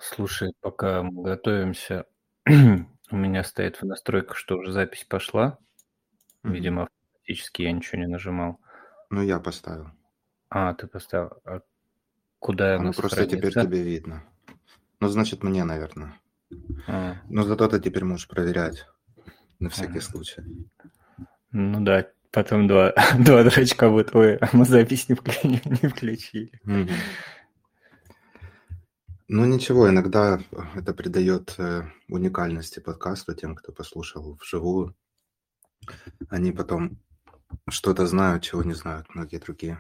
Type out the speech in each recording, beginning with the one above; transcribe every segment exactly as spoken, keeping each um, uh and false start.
Слушай, пока мы готовимся, у меня стоит в настройках, что уже запись пошла. Мгм. Видимо, автоматически я ничего не нажимал. Ну, я поставил. А, ты поставил. А куда Оно она просто теперь сохранится? тебе видно. Ну, значит, мне, наверное. А, Но зато ты теперь можешь проверять на всякий ага. случай. Ну да, потом два, два дурачка будут. Ой, а мы запись не, вклю- не включили. Мгм. Ну, ничего, иногда это придает э, уникальности подкасту тем, кто послушал вживую. Они потом что-то знают, чего не знают многие другие.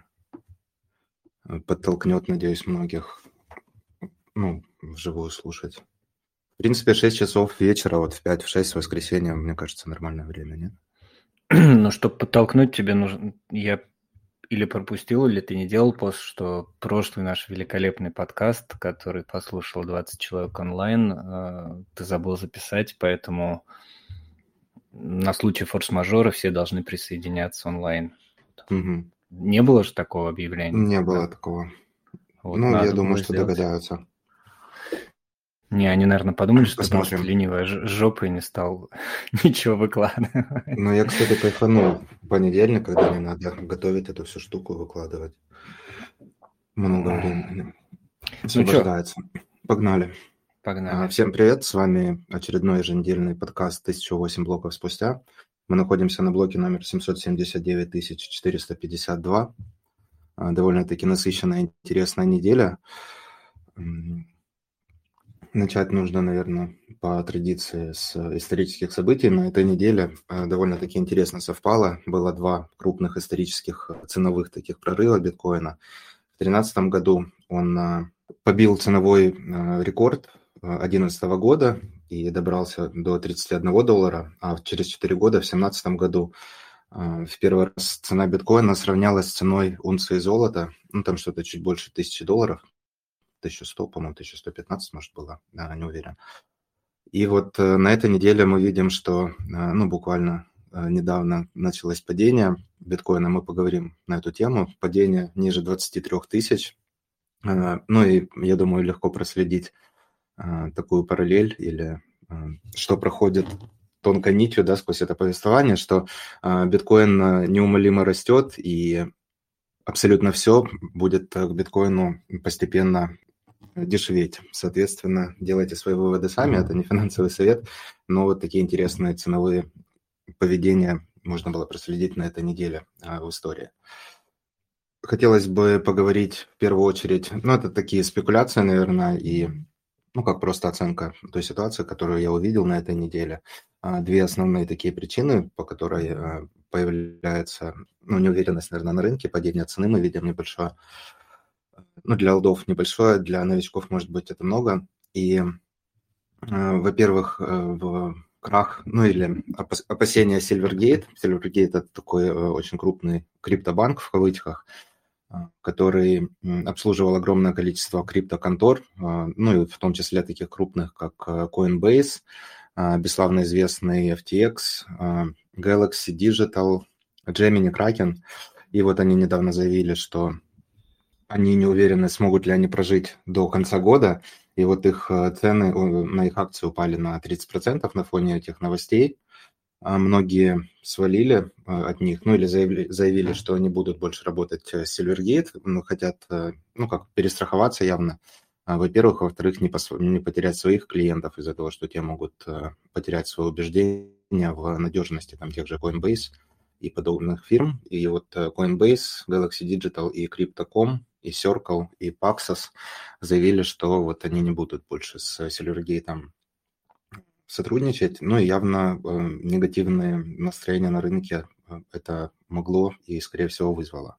Э, Подтолкнет, надеюсь, многих, ну, вживую слушать. В принципе, шесть часов вечера, вот в пять в шесть в воскресенье, мне кажется, нормальное время, нет? Но чтобы подтолкнуть, тебе нужно... Я или пропустил, или ты не делал пост, что прошлый наш великолепный подкаст, который послушал двадцать человек онлайн, э, ты забыл записать, поэтому на случай форс-мажора все должны присоединяться онлайн. Мгм. Не было же такого объявления Не тогда? было такого. Вот Ну, я надо думаю, было что сделать. догадаются. Не, они, наверное, подумали, что ты просто Посмотрим. ленивая ж- жопа и не стал ничего выкладывать. Но я, кстати, кайфанул в понедельник, когда не надо готовить эту всю штуку, выкладывать. Много времени Ну что, освобождается. Погнали. А, погнали. Всем привет, с вами очередной еженедельный подкаст тысяча восемь блоков спустя. Мы находимся на блоке номер семьсот семьдесят девять тысяч четыреста пятьдесят два. А, Довольно-таки насыщенная, интересная неделя. М, Начать нужно, наверное, по традиции с исторических событий. На этой неделе э, довольно-таки интересно совпало. Было два крупных исторических ценовых таких прорыва биткоина. В две тысячи тринадцатом году он э, побил ценовой э, рекорд две тысячи одиннадцатого года и добрался до тридцати одного доллара, а через четыре года, в две тысячи семнадцатом году, э, в первый раз цена биткоина сравнялась с ценой унции золота, ну там что-то чуть больше тысячи долларов, тысяча сто, по-моему, тысяча сто пятнадцать, может, было, да, не уверен. И вот э, на этой неделе мы видим, что, э, ну, буквально э, недавно началось падение биткоина, мы поговорим на эту тему, падение ниже двадцати трёх тысяч. Э, Ну и, я думаю, легко проследить э, такую параллель или э, что проходит тонкой нитью, да, сквозь это повествование, что э, биткоин э, неумолимо растет, и абсолютно все будет к биткоину постепенно дешеветь. Соответственно, делайте свои выводы сами, это не финансовый совет, но вот такие интересные ценовые поведения можно было проследить на этой неделе а, в истории. Хотелось бы поговорить в первую очередь, ну, это такие спекуляции, наверное, и, ну, как просто оценка той ситуации, которую я увидел на этой неделе. А, Две основные такие причины, по которой а, появляется, ну, неуверенность, наверное, на рынке, падение цены мы видим небольшое. Ну, для алдов небольшое, для новичков, может быть, это много. И, э, во-первых, э, в крах, ну или опас- опасения Silvergate. Silvergate – это такой э, очень крупный криптобанк, в кавычках, э, который м, обслуживал огромное количество криптоконтор, э, ну и в том числе таких крупных, как э, Coinbase, э, бесславно известный эф ти экс, э, Galaxy Digital, Gemini, Kraken. И вот они недавно заявили, что они не уверены, смогут ли они прожить до конца года, и вот их э, цены о, на их акции упали на тридцать процентов на фоне этих новостей. А Многие свалили э, от них, ну или заявили, заявили, что они будут больше работать э, с Silvergate, но хотят, э, ну как, перестраховаться явно. А, Во-первых, во-вторых, не, пос- не потерять своих клиентов из-за того, что те могут э, потерять свое убеждение в надежности там, тех же Coinbase и подобных фирм. И вот э, Coinbase, Galaxy Digital и Crypto точка ком, и Circle, и Paxos заявили, что вот они не будут больше с Silvergate сотрудничать. Ну и явно э, негативное настроение на рынке э, это могло и, скорее всего, вызвало.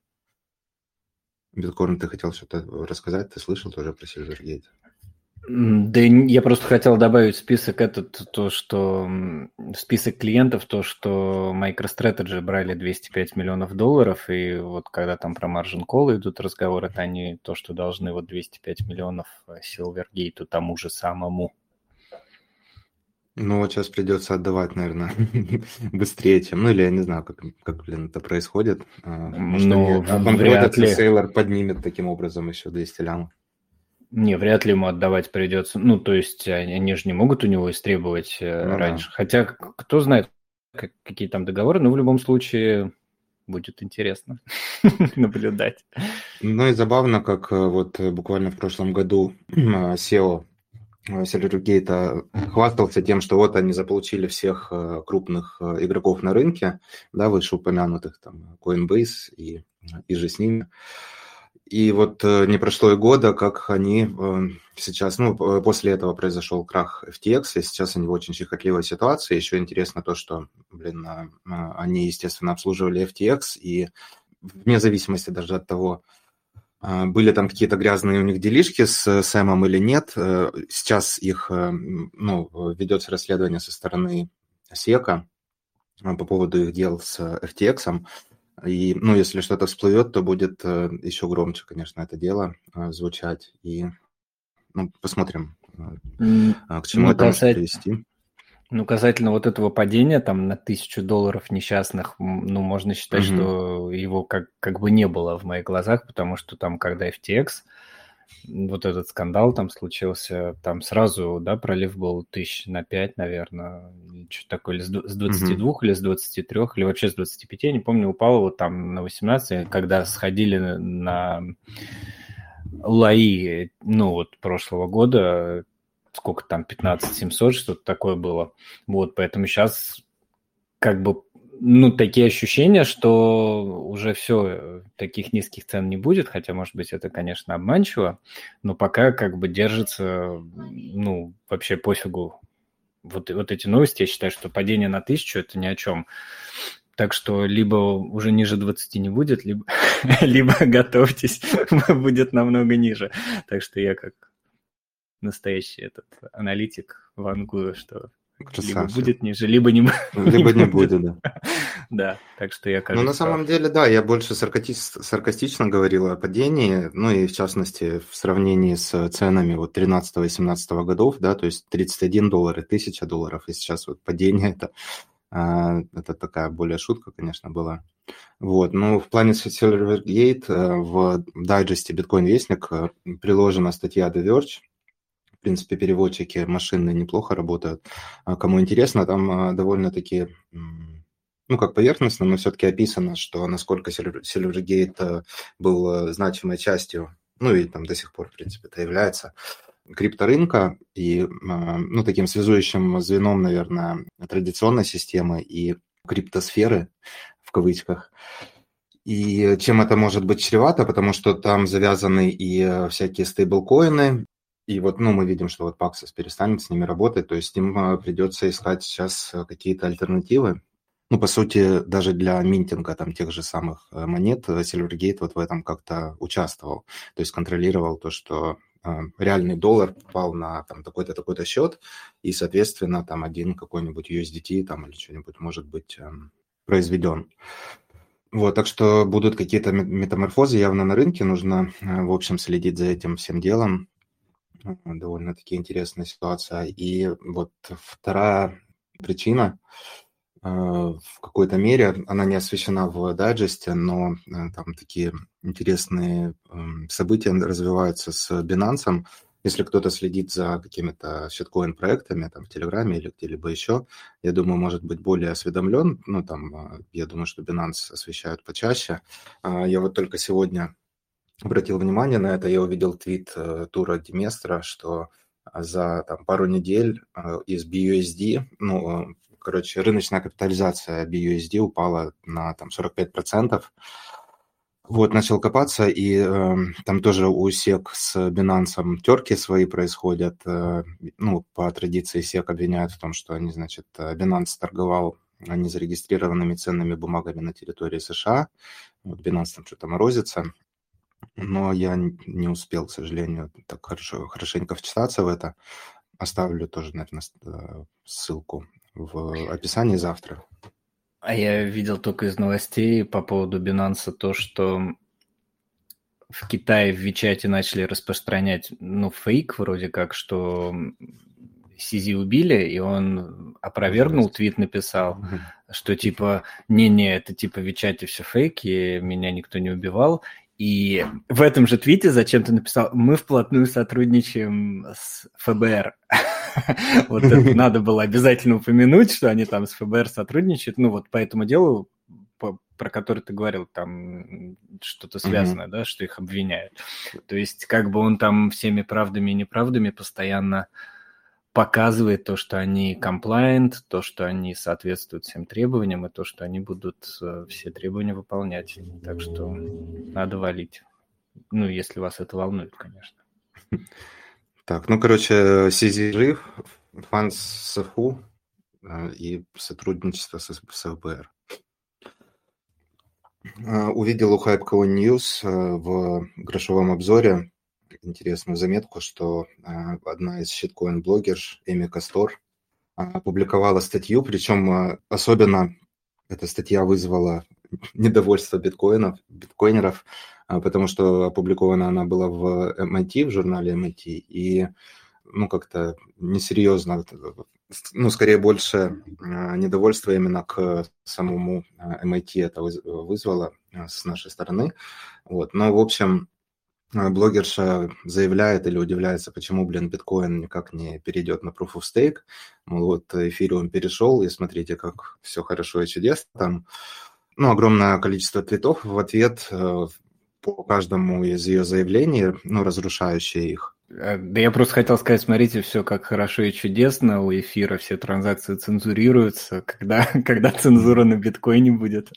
Биткоин, ты хотел что-то рассказать? Ты слышал тоже про Silvergate? М, Да и н- я просто хотел добавить в список этот, то, что м, в список клиентов, то, что MicroStrategy брали двести пять миллионов долларов, и вот когда там про margin call идут разговоры, то они то, что должны вот двести пять миллионов э, Silvergate тому же самому. Ну вот сейчас придется отдавать, наверное, быстрее, чем... Ну или я не знаю, как, как блин, это происходит. А, Может, они Ну, в- вряд обанкротятся, ли. Сейлор поднимет таким образом еще двести лямов. Не, вряд ли ему отдавать придется. Ну, то есть они, они же не могут у него истребовать э, Ну раньше. да. Хотя к- кто знает, как- какие там договоры, но в любом случае будет интересно наблюдать. Ну и забавно, как э, вот э, буквально в прошлом году э, сео э, Silvergate э, хвастался тем, что вот они заполучили всех э, крупных э, игроков на рынке, да, вышеупомянутых, там, Coinbase и, и же с ними. И вот э, не прошло и года, как они э, сейчас, ну, п- после этого произошел крах эф ти экс, и сейчас они в очень щекотливой ситуации. Еще интересно то, что, блин, а, а, они, естественно, обслуживали эф ти экс, и вне зависимости даже от того, а, были там какие-то грязные у них делишки с Сэмом или нет, э, сейчас их, э, м, ну, ведется расследование со стороны сека а, по поводу их дел с эф ти экс. И, ну, если что-то всплывет, то будет э, еще громче, конечно, это дело э, звучать. И, ну, посмотрим, э, М, а, к чему Ну, это может касать- привести. ну, касательно вот этого падения там на тысячу долларов несчастных, м, ну, можно считать, Мгм. что его как, как бы не было в моих глазах, потому что там, когда эф ти экс, м, вот этот скандал там случился, там сразу, да, пролив был тысяч на пять, наверное, что-то такое, или с ду- с двадцати Мгм. двух, или с двадцати трёх, или вообще с двадцати пяти, я не помню, упало вот там на восемнадцать, когда сходили на на лои, ну, вот прошлого года, сколько там, пятнадцать семьсот, что-то такое было. Вот, поэтому сейчас как бы, ну, такие ощущения, что уже все, таких низких цен не будет, хотя, может быть, это, конечно, обманчиво, но пока как бы держится, ну, вообще пофигу. Вот, вот эти новости, я считаю, что падение на тысячу – это ни о чем. Так что либо уже ниже двадцати не будет, либо, либо готовьтесь, будет намного ниже. Так что я как настоящий этот аналитик вангую, что либо Красавчик. будет ниже, либо не, не Либо не будет. будет, да. Да, так что я, Ну, на кажется, прав. самом деле, да, я больше саркати- саркастично говорил о падении, ну и в частности в сравнении с ценами вот тринадцатого-семнадцатого годов, да, то есть тридцать один доллар и тысяча долларов, и сейчас вот падение это, а, это такая более шутка, конечно, была. Вот, ну, в плане Silvergate э, в дайджесте Биткоин-вестник э, приложена статья The Verge. В принципе, переводчики машинные неплохо работают. А кому интересно, там а, довольно-таки, м, ну, как поверхностно, но все-таки описано, что насколько Silver- Silvergate э, был э, значимой частью, ну, и там до сих пор, в принципе, это является, крипторынка и, а, ну, таким связующим звеном, наверное, традиционной системы и криптосферы, в кавычках. И чем это может быть чревато, потому что там завязаны и э, всякие стейблкоины, и вот, ну, мы видим, что вот Paxos перестанет с ними работать, то есть им э, придется искать сейчас э, какие-то альтернативы. Ну, по сути, даже для минтинга там тех же самых э, монет э, Silvergate вот в этом как-то участвовал, то есть контролировал то, что э, реальный доллар попал на там такой-то, такой-то счет, и, соответственно, там один какой-нибудь ю эс ди ти там или что-нибудь может быть эм, произведен. Вот, так что будут какие-то метаморфозы явно на рынке, нужно, э, в общем, следить за этим всем делом. Э, Довольно-таки интересная ситуация. И вот вторая причина, э, в какой-то мере, она не освещена в дайджесте, но э, там такие интересные эм, события развиваются с Binance. Если кто-то следит за какими-то щиткоин-проектами там, в Телеграме или где-либо еще, я думаю, может быть более осведомлен. Ну, там, э, я думаю, что Binance освещают почаще. А, Я вот только сегодня обратил внимание на это, я увидел твит э, Тура Деместра, что а, за там, пару недель э, из би ю эс ди, ну, э, короче, рыночная капитализация би ю эс ди упала на там, сорок пять процентов. Вот, начал копаться, и э, там тоже у сек с Binance терки свои происходят. Э, ну, по традиции сек обвиняют в том, что они, значит, э, Binance торговал незарегистрированными ценными бумагами на территории США. Вот Binance там что-то морозится. Но я н- не успел, к сожалению, так хорошо, хорошенько вчитаться в это. Оставлю тоже, наверное, с- э, ссылку в описании завтра. А я видел только из новостей по поводу Binance то, что в Китае в Вичате начали распространять, ну, фейк вроде как, что Сизи убили, и он опровергнул, Жесть. твит написал, Мгм. что типа, не-не, это типа в Вичате все фейки, меня никто не убивал. И в этом же твите зачем-то написал: мы вплотную сотрудничаем с эф бэ эр. Вот это надо было обязательно упомянуть, что они там с эф бэ эр сотрудничают. Ну вот по этому делу, про которое ты говорил, там что-то связанное, да, что их обвиняют. То есть как бы он там всеми правдами и неправдами постоянно показывает то, что они compliant, то, что они соответствуют всем требованиям, и то, что они будут все требования выполнять. Так что надо валить. Ну, если вас это волнует, конечно. Так, ну, короче, си зет жив, фан с эф у и сотрудничество с эф бэ эр. Увидел у HypeCoin News в грошовом обзоре интересную заметку, что одна из щиткоин-блогерш, Эми Кастор, опубликовала статью, причем особенно эта статья вызвала недовольство биткоинов, биткоинеров, потому что опубликована она была в эм ай ти, в журнале эм ай ти, и ну, как-то несерьезно, ну, скорее больше недовольства именно к самому эм ай ти это вызвало с нашей стороны. Вот. Но, в общем, блогерша заявляет или удивляется, почему, блин, биткоин никак не перейдет на Proof of Stake. Мол, вот эфириум перешел, и смотрите, как все хорошо и чудесно. Там, ну, огромное количество твитов в ответ по каждому из ее заявлений, ну, разрушающие их. Да я просто хотел сказать, смотрите, все как хорошо и чудесно, у эфира все транзакции цензурируются, когда, когда цензура на биткоине будет.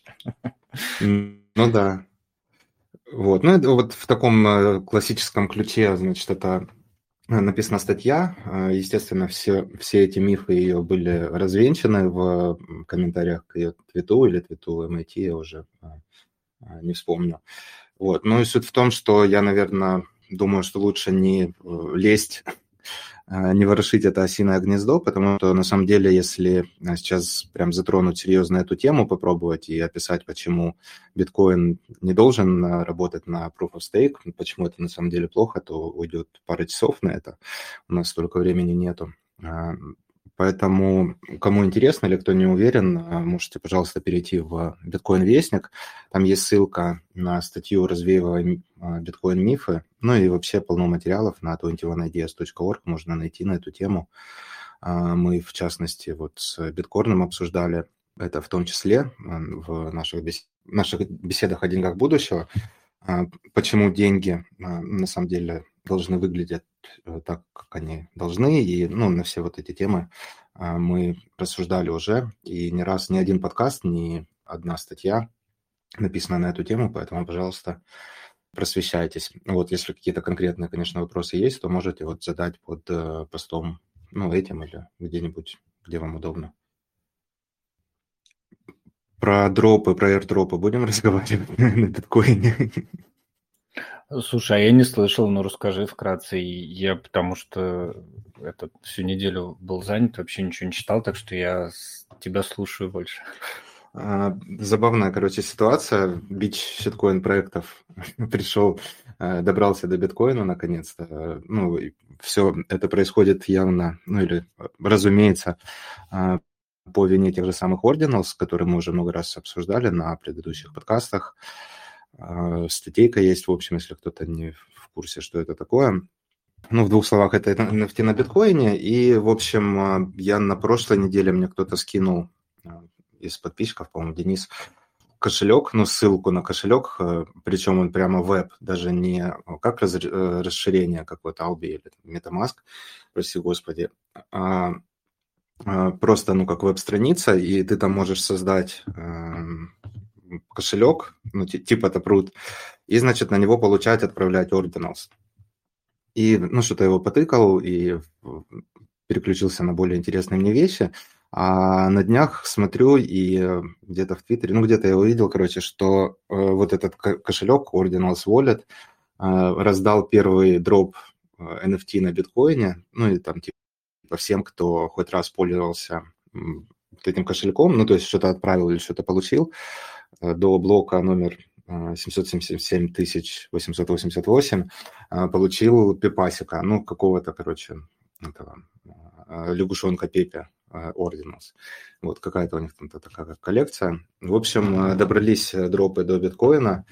Ну да. Вот. Ну, это вот в таком классическом ключе, значит, это написана статья. Естественно, все, все эти мифы ее были развенчаны в комментариях к ее твиту или твиту эм ай ти, я уже не вспомню. Вот. Ну и суть в том, что я, наверное, думаю, что лучше не лезть, не ворошить это осиное гнездо, потому что, на самом деле, если сейчас прям затронуть серьезно эту тему, попробовать и описать, почему биткоин не должен работать на Proof of Stake, почему это на самом деле плохо, то уйдет пара часов на это. У нас столько времени нету. Поэтому, кому интересно или кто не уверен, можете, пожалуйста, перейти в Биткоин-вестник. Там есть ссылка на статью «Развеивая биткоин-мифы». Ну и вообще полно материалов на двадцать один идеас точка орг можно найти на эту тему. Мы, в частности, вот с Биткорном обсуждали это в том числе в наших, бес... наших беседах о деньгах будущего. Почему деньги, на самом деле, должны выглядеть так, как они должны. И ну, на все вот эти темы мы рассуждали уже. И не раз, ни один подкаст, ни одна статья написана на эту тему. Поэтому, пожалуйста, просвещайтесь. Вот, если какие-то конкретные, конечно, вопросы есть, то можете вот задать под постом, ну, этим или где-нибудь, где вам удобно. Про дропы, про airdropы будем разговаривать на биткоине? Слушай, а я не слышал, но расскажи вкратце. Я потому что этот, всю неделю был занят, вообще ничего не читал, так что я тебя слушаю больше. Забавная, короче, ситуация. Бич щиткоин проектов пришел, добрался до биткоина наконец-то. Ну, все это происходит явно, ну или, разумеется, по вине тех же самых Ordinals, которые мы уже много раз обсуждали на предыдущих подкастах. Статейка есть, в общем, если кто-то не в курсе, что это такое. Ну, в двух словах, это эн эф ти на биткоине. И, в общем, я на прошлой неделе, мне кто-то скинул из подписчиков, по-моему, Денис, кошелек, ну, ссылку на кошелек, причем он прямо веб, даже не как раз, расширение какое-то Albi или MetaMask, прости господи, а просто, ну, как веб-страница, и ты там можешь создать кошелек, ну, типа Taproot, и, значит, на него получать, отправлять Ordinals. И, ну, что-то его потыкал и переключился на более интересные мне вещи. А на днях смотрю, и где-то в Твиттере, ну, где-то я увидел, короче, что вот этот кошелек Ordinals Wallet раздал первый дроп эн эф ти на биткоине, ну, и там, типа, всем, кто хоть раз пользовался вот этим кошельком, ну, то есть что-то отправил или что-то получил, до блока номер семьсот семьдесят семь тысяч восемьсот восемьдесят восемь получил пипасика, ну, какого-то, короче, этого лягушонка Пепе Ordinals. Вот какая-то у них там такая коллекция. В общем, добрались дропы до биткоина.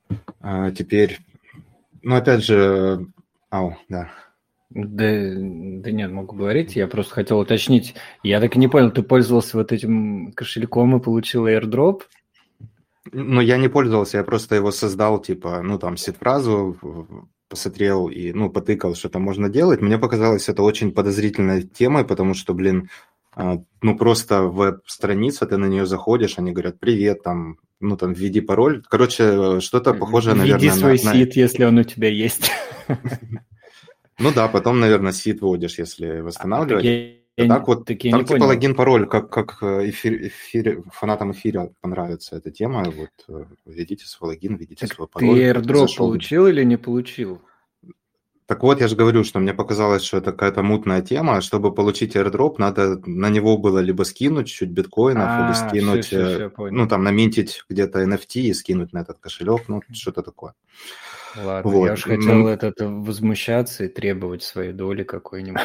А теперь, ну, опять же, ау, да. Да, да нет, могу говорить. Я просто хотел уточнить. Я так и не понял, ты пользовался вот этим кошельком и получил airdrop? Ну, я не пользовался, я просто его создал, типа, ну, там, сид-фразу, посмотрел и, ну, потыкал, что там можно делать. Мне показалось это очень подозрительной темой, потому что, блин, ну, просто веб-страница, ты на нее заходишь, они говорят, привет, там, ну, там, введи пароль. Короче, что-то похожее, наверное, Введи свой на... сид, если он у тебя есть. Ну да, потом, наверное, сид вводишь, если восстанавливать. А так вот, так я там не типа понял. логин-пароль, как, как эфир, эфир, фанатам эфира понравится эта тема. Вот введите свой логин, введите Так свой ты пароль. Вот airdrop зашел. получил или не получил? Так вот, я же говорю, что мне показалось, что это какая-то мутная тема. Чтобы получить airdrop, надо на него было либо скинуть чуть биткоинов, или А, все, скинуть, все, все, понял. ну, там, наминтить где-то эн эф ти и скинуть на этот кошелек, ну, что-то такое. Ладно, вот. я уж хотел ну, этот возмущаться и требовать своей доли какой-нибудь.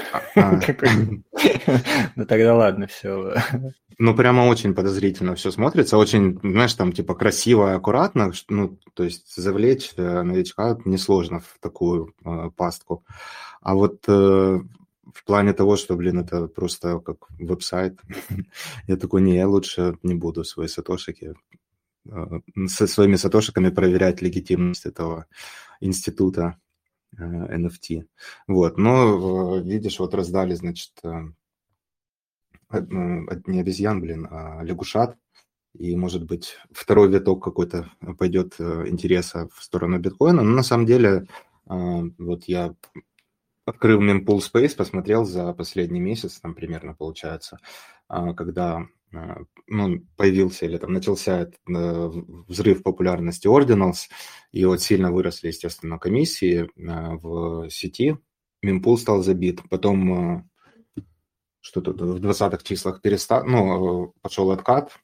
Ну тогда ладно, все. Ну, прямо очень подозрительно все смотрится, очень, знаешь, там, типа, красиво и аккуратно, ну, то есть завлечь новичка несложно в такую э, пастку. А вот э, в плане того, что, блин, это просто как веб-сайт, я такой, не, я лучше не буду свои сатошики, э, со своими сатошиками проверять легитимность этого института э, эн эф ти. Вот, но, э, видишь, вот раздали, значит, э, не обезьян, блин, а лягушат, и, может быть, второй виток какой-то пойдет интереса в сторону биткоина. Но на самом деле, вот я открыл Mempool Space, посмотрел за последний месяц, там примерно получается, когда ну, появился или там начался взрыв популярности Ordinals, и вот сильно выросли, естественно, комиссии в сети, Mempool стал забит. Потом что-то в двадцатых числах перестал, ну, пошел откат,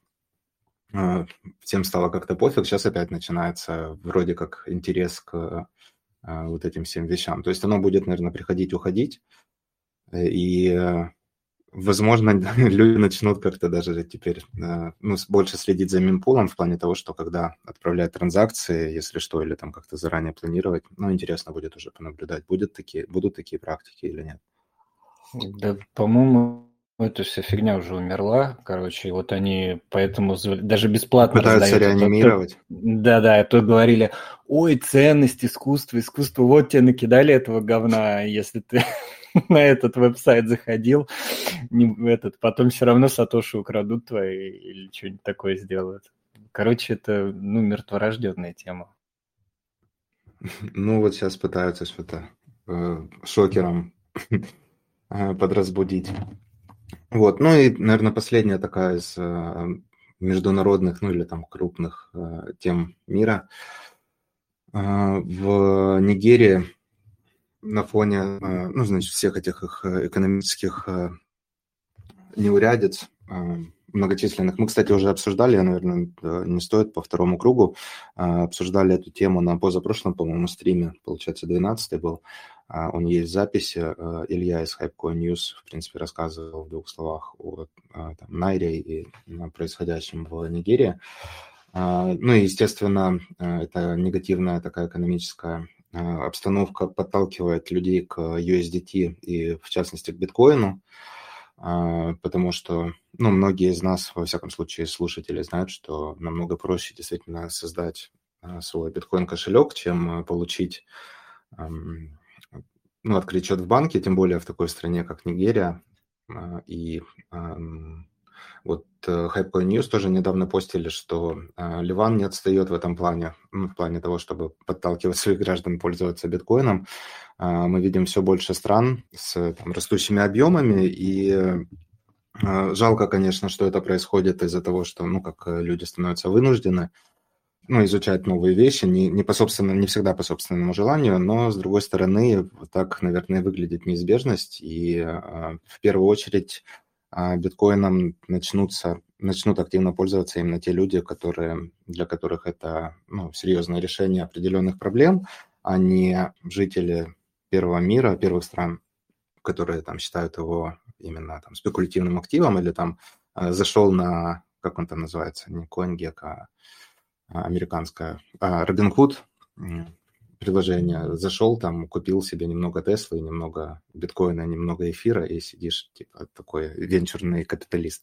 всем стало как-то пофиг, сейчас опять начинается вроде как интерес к вот этим всем вещам. То есть оно будет, наверное, приходить, уходить, и, возможно, люди начнут как-то даже теперь ну, больше следить за мемпулом в плане того, что когда отправляют транзакции, если что, или там как-то заранее планировать, ну, интересно будет уже понаблюдать, будет такие, будут такие практики или нет. Да, по-моему, эта вся фигня уже умерла. Короче, вот они поэтому даже бесплатно пытаются раздают. реанимировать. Да-да, то говорили, ой, ценность, искусство, искусство, вот тебе накидали этого говна, если ты на этот веб-сайт заходил, не, этот, потом все равно сатоши украдут твои или что-нибудь такое сделают. Короче, это, ну, мертворожденная тема. Ну, вот сейчас пытаются что-то э, шокером подразбудить. Вот, ну и, наверное, последняя такая из э, международных, ну или там крупных э, тем мира. Э, в Нигерии на фоне, э, ну, значит, всех этих их экономических э, неурядиц, э, многочисленных. Мы, кстати, уже обсуждали, я, наверное, не стоит по второму кругу, э, обсуждали эту тему на позапрошлом, по-моему, стриме, получается, двенадцатый был. Он есть в записи. Илья из HypeCoin News, в принципе, рассказывал в двух словах о там, Найре и о происходящем в Нигерии. Ну и, естественно, эта негативная такая экономическая обстановка подталкивает людей к ю эс ди ти и, в частности, к биткоину, потому что, ну, многие из нас, во всяком случае, слушатели знают, что намного проще действительно создать свой биткоин-кошелек, чем получить... ну, открыть счет в банке, тем более в такой стране, как Нигерия. И вот HypeCoin News тоже недавно постили, что Ливан не отстает в этом плане, ну, в плане того, чтобы подталкивать своих граждан пользоваться биткоином. Мы видим все больше стран с там, растущими объемами, и жалко, конечно, что это происходит из-за того, что, ну, как люди становятся вынуждены, ну, изучать новые вещи, не, не, по собственному, не всегда по собственному желанию, но, с другой стороны, так, наверное, выглядит неизбежность, и э, в первую очередь э, биткоином начнутся, начнут активно пользоваться именно те люди, которые, для которых это ну, серьезное решение определенных проблем, а не жители первого мира, первых стран, которые там считают его именно там, спекулятивным активом, или там э, зашел на, как он там называется, не CoinGecko, а американская, Robinhood, предложение. Зашел там, купил себе немного Теслы, немного биткоина, немного эфира, и сидишь, типа, такой венчурный капиталист.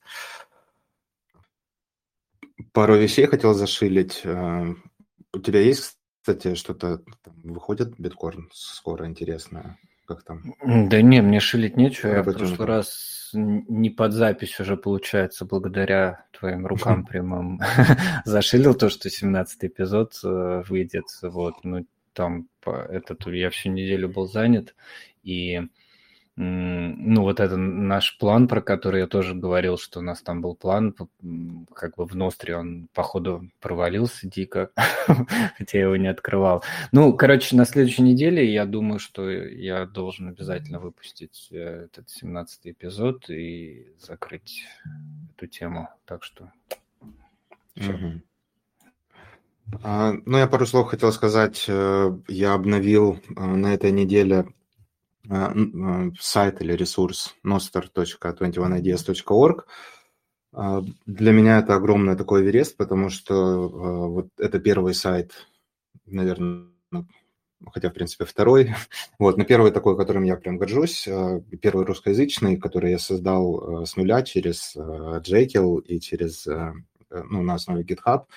Пару вещей хотел зашилить. У тебя есть, кстати, что-то там выходит, биткоин скоро интересное? Как там? Да не, мне шилить нечего. Я в Работенка. прошлый раз не под запись уже, получается, благодаря твоим рукам прямым зашилил то, что семнадцатый эпизод выйдет. Вот, ну там этот я всю неделю был занят, и ну, вот это наш план, про который я тоже говорил, что у нас там был план, как бы в Ностре он, походу, провалился дико, хотя я его не открывал. Ну, короче, на следующей неделе я думаю, что я должен обязательно выпустить этот семнадцатый эпизод и закрыть эту тему. Так что все. Угу. А, ну, я пару слов хотел сказать. Я обновил на этой неделе сайт или ресурс nostr точка двадцать один ideas точка org. Для меня это огромный такой эверест, потому что вот это первый сайт, наверное, хотя, в принципе, второй. Вот, но первый такой, которым я прям горжусь, первый русскоязычный, который я создал с нуля через Jekyll и через, ну, на основе GitHub.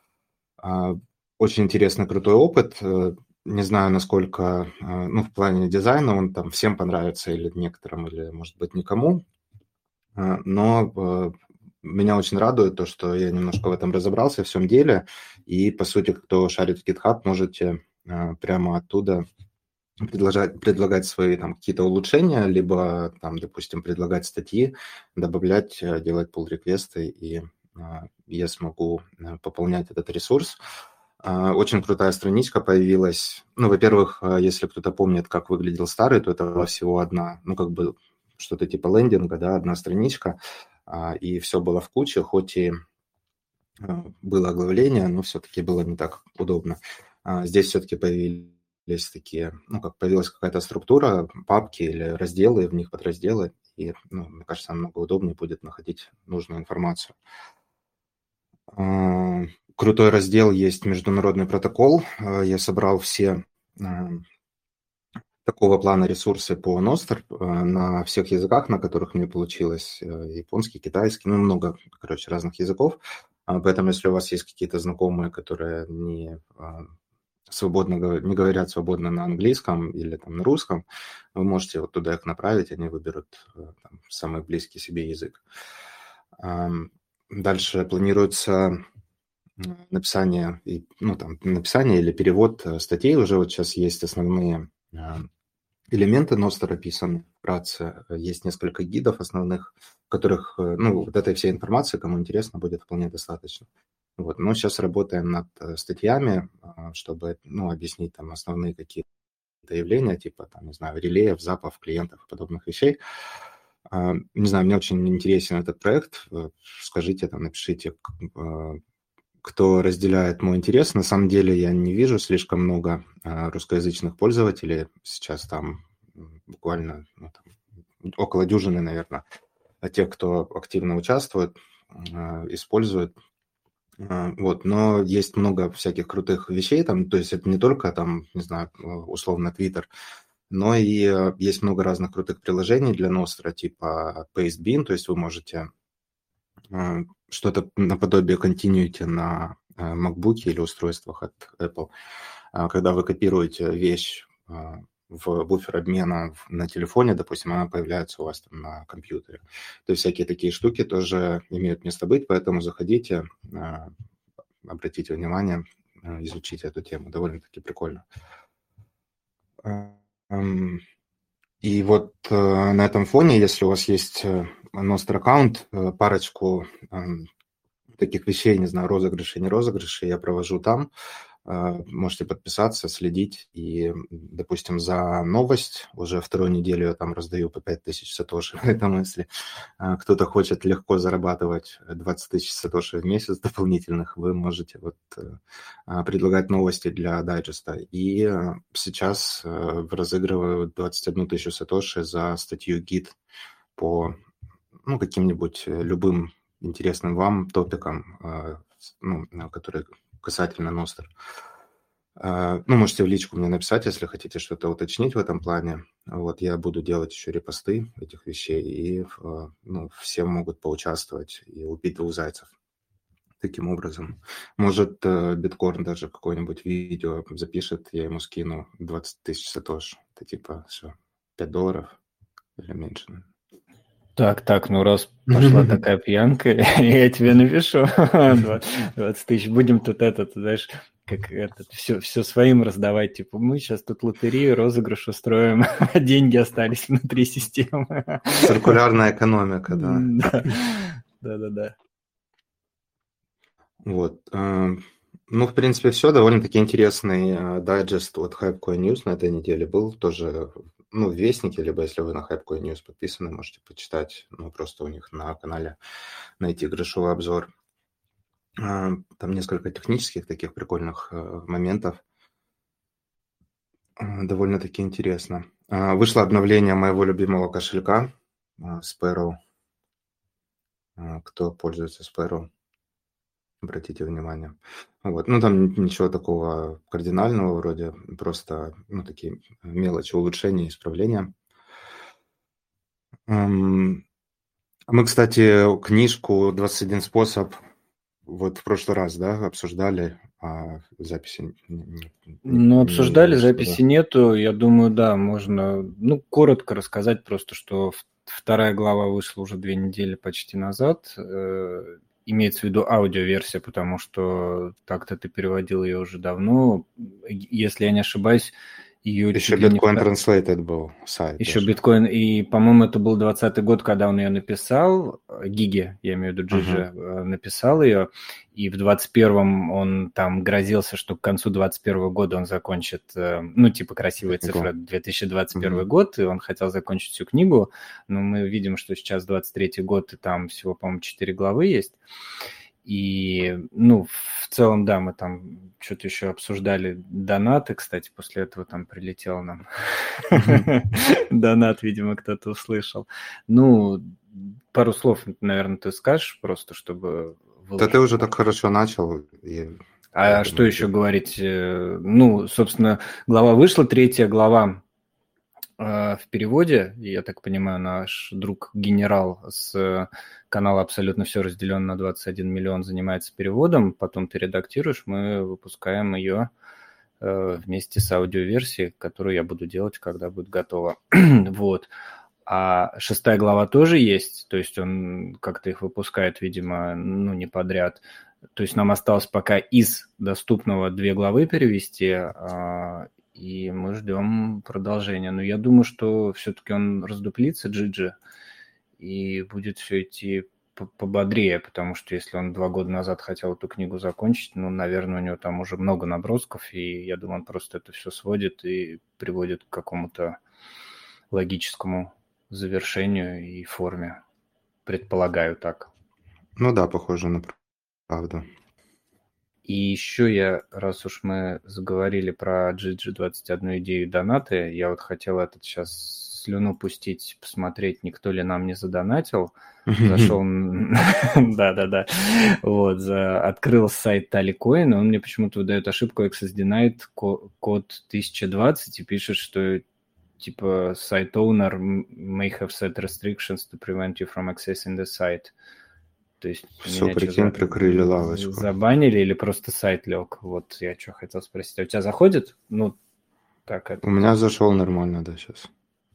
Очень интересный, крутой опыт. Не знаю, насколько, ну, в плане дизайна он там всем понравится или некоторым, или, может быть, никому. Но меня очень радует то, что я немножко в этом разобрался, в всем деле. И, по сути, кто шарит в GitHub, можете прямо оттуда предлагать, предлагать свои там какие-то улучшения, либо, там, допустим, предлагать статьи, добавлять, делать pull-реквесты, и я смогу пополнять этот ресурс. Очень крутая страничка появилась. Ну, во-первых, если кто-то помнит, как выглядел старый, то это была всего одна, ну, как бы что-то типа лендинга, да, одна страничка, и все было в куче, хоть и было оглавление, но все-таки было не так удобно. Здесь все-таки появились такие, ну, как появилась какая-то структура, папки или разделы, в них подразделы, и, ну, мне кажется, намного удобнее будет находить нужную информацию. Крутой раздел есть «Международный протокол». Я собрал все такого плана ресурсы по Nostr на всех языках, на которых мне получилось. Японский, китайский, ну, много, короче, разных языков. Поэтому, если у вас есть какие-то знакомые, которые не, свободно, не говорят свободно на английском или там, на русском, вы можете вот туда их направить, они выберут там, самый близкий себе язык. Дальше планируется написание, ну, там, написание или перевод статей. Уже вот сейчас есть основные элементы Nostr описаны вкратце. Есть несколько гидов основных, в которых, ну, вот этой всей информации, кому интересно, будет вполне достаточно. Вот. Но сейчас работаем над статьями, чтобы, ну, объяснить там основные какие-то явления, типа, там, не знаю, релеев, запов, клиентов и подобных вещей. Не знаю, мне очень интересен этот проект. Скажите, там, напишите, кто разделяет мой интерес. На самом деле я не вижу слишком много русскоязычных пользователей. Сейчас там буквально ну, там, около дюжины, наверное, тех, кто активно участвует, использует. Вот. Но есть много всяких крутых вещей. Там, то есть это не только, там, не знаю, условно Twitter, но и есть много разных крутых приложений для Nostr, типа Pastebin, то есть вы можете что-то наподобие Continuity на MacBook или устройствах от Apple. Когда вы копируете вещь в буфер обмена на телефоне, допустим, она появляется у вас там на компьютере. То есть всякие такие штуки тоже имеют место быть, поэтому заходите, обратите внимание, изучите эту тему. Довольно-таки прикольно. И вот на этом фоне, если у вас есть Nostr аккаунт, парочку таких вещей, не знаю, розыгрыши, не розыгрыши, я провожу там. Можете подписаться, следить. И, допустим, за новость уже вторую неделю я там раздаю по пять тысяч сатоши. Поэтому если кто-то хочет легко зарабатывать двадцать тысяч сатоши в месяц дополнительных, вы можете вот предлагать новости для дайджеста. И сейчас разыгрываю двадцать одну тысячу сатоши за статью гид по ну, каким-нибудь любым интересным вам топикам, ну, которые касательно Nostr. Ну, можете в личку мне написать, если хотите что-то уточнить в этом плане. Вот, я буду делать еще репосты этих вещей, и ну, все могут поучаствовать и убить двух зайцев таким образом. Может, Биткорн даже какое-нибудь видео запишет, я ему скину двадцать тысяч сатош. Это типа все, пять долларов или меньше. Так, так, ну раз пошла такая пьянка, я тебе напишу двадцать тысяч. Будем тут этот, знаешь, как этот, все, все своим раздавать. Типа, мы сейчас тут лотерею, розыгрыш устроим, а деньги остались внутри системы. Циркулярная экономика, да. Да-да-да. Вот. Ну, в принципе, все. Довольно-таки интересный дайджест от HypeCoin News на этой неделе был. Тоже, ну, в Вестнике, либо если вы на HypeCoin News подписаны, можете почитать. Ну, просто у них на канале найти грошовой обзор. Там несколько технических таких прикольных моментов. Довольно-таки интересно. Вышло обновление моего любимого кошелька Sparrow. Кто пользуется Sparrow, обратите внимание. Вот. Ну, там ничего такого кардинального вроде, просто, ну, такие мелочи, улучшения, исправления. Мы, кстати, книжку «двадцать один способ» вот в прошлый раз, да, обсуждали, а записи не, Ну, обсуждали, не записи да. Нету. Я думаю, да, можно, ну, коротко рассказать просто, что вторая глава вышла уже две недели почти назад. Имеется в виду аудиоверсия, потому что так-то ты переводил ее уже давно. Если я не ошибаюсь, ее... Еще Bitcoin не... Translated был сайт. Еще Bitcoin, и, по-моему, это был двадцатый год, когда он ее написал, Гиги, я имею в виду Джиджи, uh-huh. написал ее, и в двадцать первом он там грозился, что к концу двадцать первого года он закончит, ну, типа красивая цифра, две тысячи двадцать первый uh-huh. год, и он хотел закончить всю книгу, но мы видим, что сейчас двадцать третий год, и там всего, по-моему, четыре главы есть. И, ну, в целом, да, мы там что-то еще обсуждали донаты, кстати, после этого там прилетел нам донат, видимо, кто-то услышал. Ну, пару слов, наверное, ты скажешь просто, чтобы... Да ты уже так хорошо начал. А что еще говорить? Ну, собственно, глава вышла, третья глава в переводе, я так понимаю, наш друг генерал с канала «Абсолютно все разделено на двадцать один миллион» занимается переводом, потом ты редактируешь, мы выпускаем ее вместе с аудиоверсией, которую я буду делать, когда будет готова. Вот. А шестая глава тоже есть, то есть он как-то их выпускает, видимо, ну, не подряд. То есть нам осталось пока из доступного две главы перевести, и мы ждем продолжения. Но я думаю, что все-таки он раздуплится, Джиджи, и будет все идти пободрее, потому что если он два года назад хотел эту книгу закончить, ну, наверное, у него там уже много набросков, и я думаю, он просто это все сводит и приводит к какому-то логическому завершению и форме. Предполагаю так. Ну да, похоже на правду. И еще я, раз уж мы заговорили про джи джи двадцать одну идею доната, я вот хотел этот сейчас слюну пустить, посмотреть, никто ли нам не задонатил. Зашел, да-да-да, вот, открыл сайт Tallycoin, и он мне почему-то выдает ошибку Access Denied, код тысяча двадцать, и пишет, что типа site owner may have set restrictions to prevent you from accessing the site. То есть все, прикинь, прикрыли лавочку. Забанили или просто сайт лег? Вот я что хотел спросить. А у тебя заходит? Ну, так это... У меня зашел нормально, да, сейчас.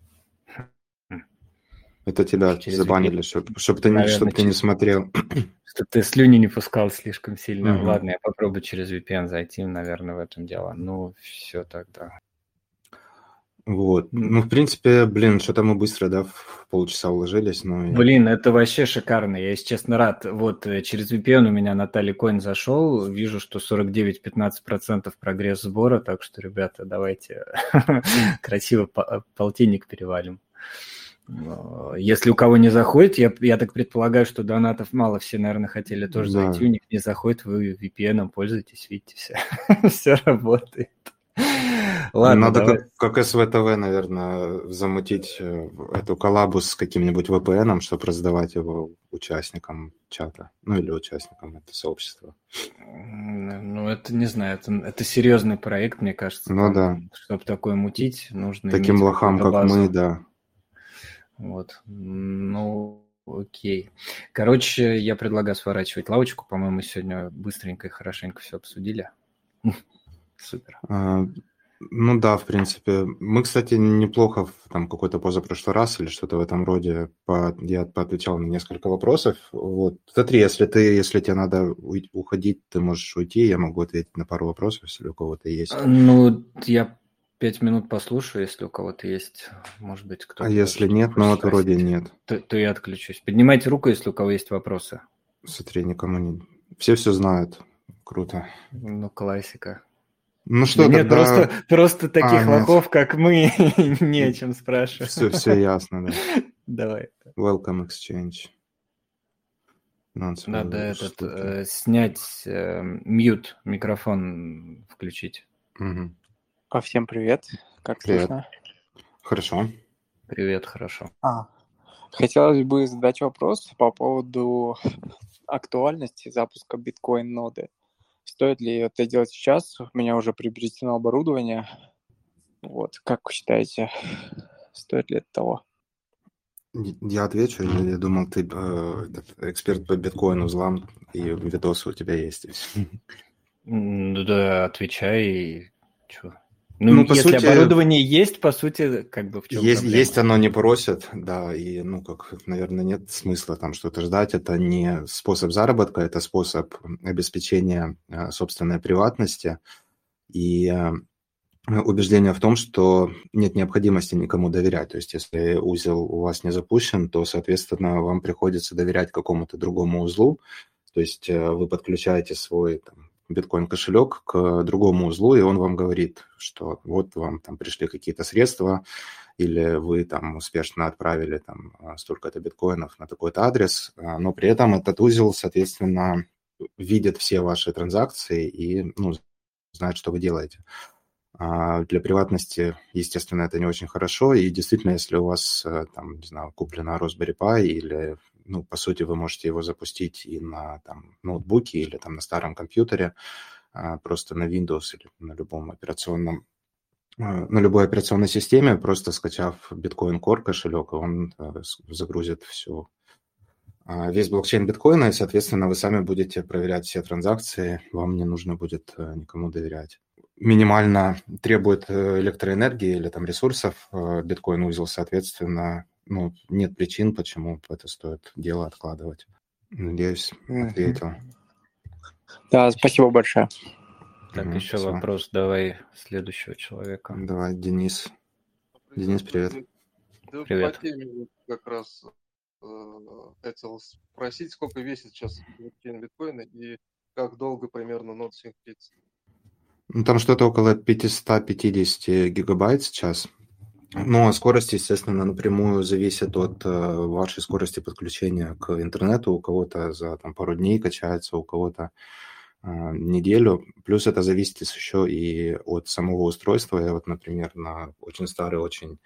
Это тебя через забанили, чтобы чтоб ты, Наверное, чтоб ты не смотрел. Чтобы ты слюни не пускал слишком сильно. Угу. Ладно, я попробую через ви пи эн зайти, наверное, в этом дело. Ну, все тогда. Вот. Ну, в принципе, блин, что-то мы быстро, да, в полчаса уложились, но... Блин, это вообще шикарно, я, если честно, рад. Вот через ви пи эн у меня на Tallycoin зашел, вижу, что сорок девять - пятнадцать процентов прогресс сбора, так что, ребята, давайте красиво полтинник перевалим. Если у кого не заходит, я, я так предполагаю, что донатов мало, все, наверное, хотели тоже да. зайти, у них не заходит, вы ви пи эн пользуетесь, видите, все, все работает. Ладно, Надо давай. как, как СВТВ, наверное, замутить э, эту коллабу с каким-нибудь ви пи эн, чтобы раздавать его участникам чата. Ну или участникам этого сообщества. Ну, это не знаю, это, это серьезный проект, мне кажется. Ну да. Там, чтобы такое мутить, нужно Таким иметь лохам, какую-то как базу. мы, да. Вот. Ну, окей. Короче, я предлагаю сворачивать лавочку. По-моему, сегодня быстренько и хорошенько все обсудили. Супер. А, ну да, в принципе. Мы, кстати, неплохо в там какой-то позапрошлый раз или что-то в этом роде по, я поотвечал на несколько вопросов. Вот. Смотри, если ты, если тебе надо уй- уходить, ты можешь уйти, я могу ответить на пару вопросов, если у кого-то есть. Ну, я пять минут послушаю, если у кого-то есть, может быть, кто-то. А если нет, ну вот вроде нет. То, то я отключусь. Поднимайте руку, если у кого есть вопросы. Смотри, никому не... Все все знают. Круто. Ну, классика. Ну что, Да нет, тогда... просто, просто таких А, нет. лохов, как мы, не о чем спрашивать. Все, все ясно, да. Давай. Welcome exchange. Надо этот, э, снять э, мьют, микрофон включить. Угу. А всем привет. Как Привет. слышно? Хорошо. Привет, хорошо. А, хотелось бы задать вопрос по поводу актуальности запуска биткоин-ноды. Стоит ли это делать сейчас? У меня уже приобретено оборудование. Вот, как вы считаете, стоит ли это того? Я отвечу, я, я думал, ты э, этот, эксперт по биткоин-узлам, и видосы у тебя есть. Ну да, отвечай. Чё? Ну, Ну, по если сути, оборудование есть, по сути, как бы в чем есть, проблема? есть, оно не просит, да, и, ну, как, наверное, нет смысла там что-то ждать. Это не способ заработка, это способ обеспечения э, собственной приватности и э, убеждение в том, что нет необходимости никому доверять. То есть, если узел у вас не запущен, то, соответственно, вам приходится доверять какому-то другому узлу. То есть э, вы подключаете свой там, биткоин-кошелек к другому узлу, и он вам говорит, что вот вам там пришли какие-то средства, или вы там успешно отправили там столько-то биткоинов на такой-то адрес, но при этом этот узел, соответственно, видит все ваши транзакции и ну, знает, что вы делаете. А для приватности, естественно, это не очень хорошо, и действительно, если у вас там, не знаю, куплено Raspberry Pi или ну, по сути, вы можете его запустить и на там, ноутбуке или там, на старом компьютере, просто на Windows или на любом операционном, на любой операционной системе, просто скачав Bitcoin Core кошелек, он загрузит всю, весь блокчейн биткоина, и, соответственно, вы сами будете проверять все транзакции, вам не нужно будет никому доверять. Минимально требует электроэнергии или там ресурсов биткоин-узел, соответственно, ну, нет причин, почему это стоит дело откладывать. Надеюсь, ответил. Да, спасибо большое. Так, Угу, еще спасибо. вопрос давай следующего человека. Давай, Денис. Денис, привет. Да, Привет. по теме как раз э, хотел спросить, сколько весит сейчас блокчейн биткоина и как долго примерно нод синхрится? Ну, там что-то около пятьсот пятьдесят гигабайт сейчас. Но скорость, естественно, напрямую зависит от э, вашей скорости подключения к интернету. У кого-то за там, пару дней качается, у кого-то э, неделю. Плюс это зависит еще и от самого устройства. Я вот, например, на очень старый, очень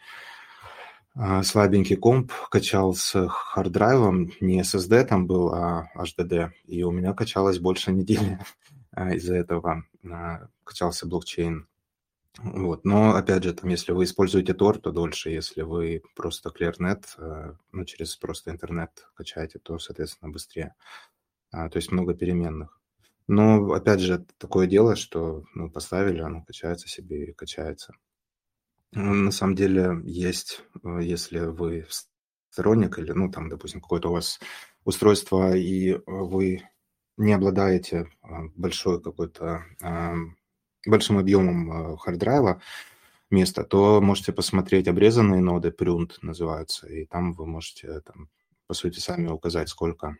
э, слабенький комп качал с харддрайвом. Не эс эс ди там был, а эйч ди ди. И у меня качалось больше недели из-за этого. Э, качался блокчейн. Вот. Но, опять же, там, если вы используете Тор, то дольше. Если вы просто ClearNet, ну, через просто интернет качаете, то, соответственно, быстрее. А, то есть много переменных. Но, опять же, такое дело, что ну, поставили, оно качается себе и качается. На самом деле есть, если вы сторонник или, ну, там, допустим, какое-то у вас устройство, и вы не обладаете большой какой-то... большим объемом харддрайва места, то можете посмотреть обрезанные ноды, прюнт называются, и там вы можете, там, по сути, сами указать, сколько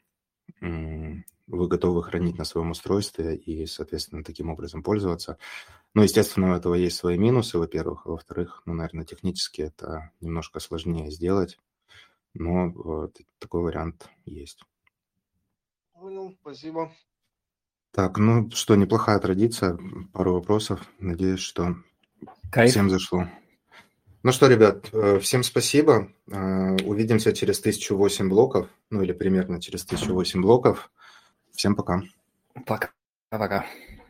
вы готовы хранить на своем устройстве и, соответственно, таким образом пользоваться. Но, естественно, у этого есть свои минусы, во-первых, а во-вторых, ну, наверное, технически это немножко сложнее сделать, но вот такой вариант есть. Понял, спасибо. Так, ну что, неплохая традиция, пару вопросов. Надеюсь, что Кайф. Всем зашло. Ну что, ребят, э, всем спасибо. Э, Увидимся через тысячу восемь блоков, ну или примерно через тысячу восемь блоков. Всем пока. Пока. Пока.